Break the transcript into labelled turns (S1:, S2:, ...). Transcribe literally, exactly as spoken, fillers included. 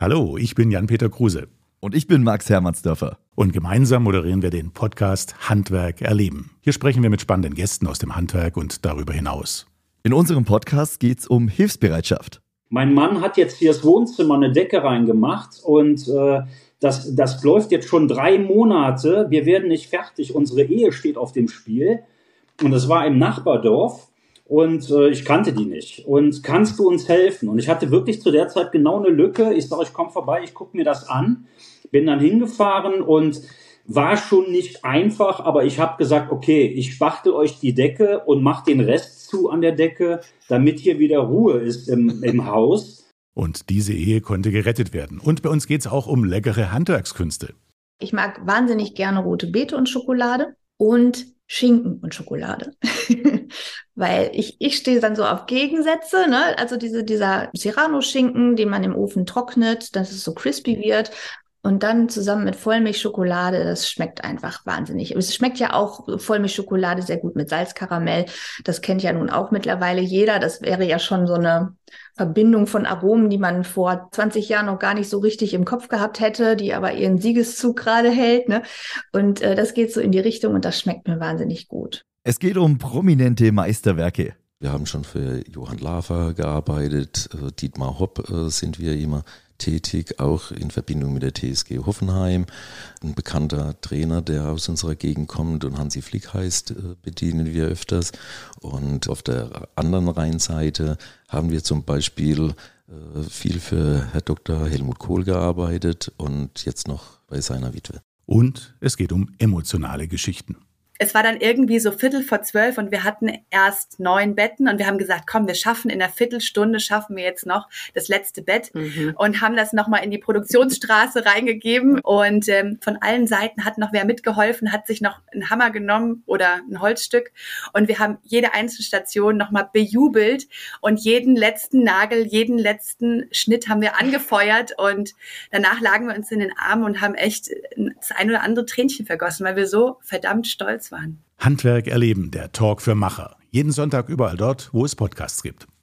S1: Hallo, ich bin Jan-Peter Kruse.
S2: Und ich bin Max Hermannsdörfer.
S1: Und gemeinsam moderieren wir den Podcast Handwerk erleben. Hier sprechen wir mit spannenden Gästen aus dem Handwerk und darüber hinaus.
S2: In unserem Podcast geht es um Hilfsbereitschaft.
S3: Mein Mann hat jetzt hier das Wohnzimmer eine Decke reingemacht und äh, das, das läuft jetzt schon drei Monate. Wir werden nicht fertig. Unsere Ehe steht auf dem Spiel. Und das war im Nachbardorf. Und äh, ich kannte die nicht. Und kannst du uns helfen? Und ich hatte wirklich zu der Zeit genau eine Lücke. Ich sage, ich komme vorbei, ich gucke mir das an. Bin dann hingefahren und war schon nicht einfach. Aber ich habe gesagt, okay, ich spachtel euch die Decke und mache den Rest zu an der Decke, damit hier wieder Ruhe ist im, im Haus.
S1: Und diese Ehe konnte gerettet werden. Und bei uns geht es auch um leckere Handwerkskünste.
S4: Ich mag wahnsinnig gerne rote Beete und Schokolade und Schinken und Schokolade. Weil ich, ich stehe dann so auf Gegensätze, ne? Also diese, dieser Serrano-Schinken, den man im Ofen trocknet, dass es so crispy wird. Und dann zusammen mit Vollmilchschokolade, das schmeckt einfach wahnsinnig. Es schmeckt ja auch Vollmilchschokolade sehr gut mit Salzkaramell. Das kennt ja nun auch mittlerweile jeder. Das wäre ja schon so eine Verbindung von Aromen, die man vor zwanzig Jahren noch gar nicht so richtig im Kopf gehabt hätte, die aber ihren Siegeszug gerade hält, ne? Und äh, das geht so in die Richtung und das schmeckt mir wahnsinnig gut.
S2: Es geht um prominente Meisterwerke.
S5: Wir haben schon für Johann Lafer gearbeitet, Dietmar Hopp äh, sind wir immer tätig, auch in Verbindung mit der T S G Hoffenheim. Ein bekannter Trainer, der aus unserer Gegend kommt und Hansi Flick heißt, äh, bedienen wir öfters. Und auf der anderen Rheinseite haben wir zum Beispiel äh, viel für Herr Doktor Helmut Kohl gearbeitet und jetzt noch bei seiner Witwe.
S1: Und es geht um emotionale Geschichten.
S6: Es war dann irgendwie so Viertel vor zwölf und wir hatten erst neun Betten und wir haben gesagt, komm, wir schaffen in einer Viertelstunde, schaffen wir jetzt noch das letzte Bett mhm. und haben das nochmal in die Produktionsstraße reingegeben und ähm, von allen Seiten hat noch wer mitgeholfen, hat sich noch einen Hammer genommen oder ein Holzstück und wir haben jede einzelne Station nochmal bejubelt und jeden letzten Nagel, jeden letzten Schnitt haben wir angefeuert und danach lagen wir uns in den Armen und haben echt das ein oder andere Tränchen vergossen, weil wir so verdammt stolz waren.
S1: Handwerk erleben, der Talk für Macher. Jeden Sonntag überall dort, wo es Podcasts gibt.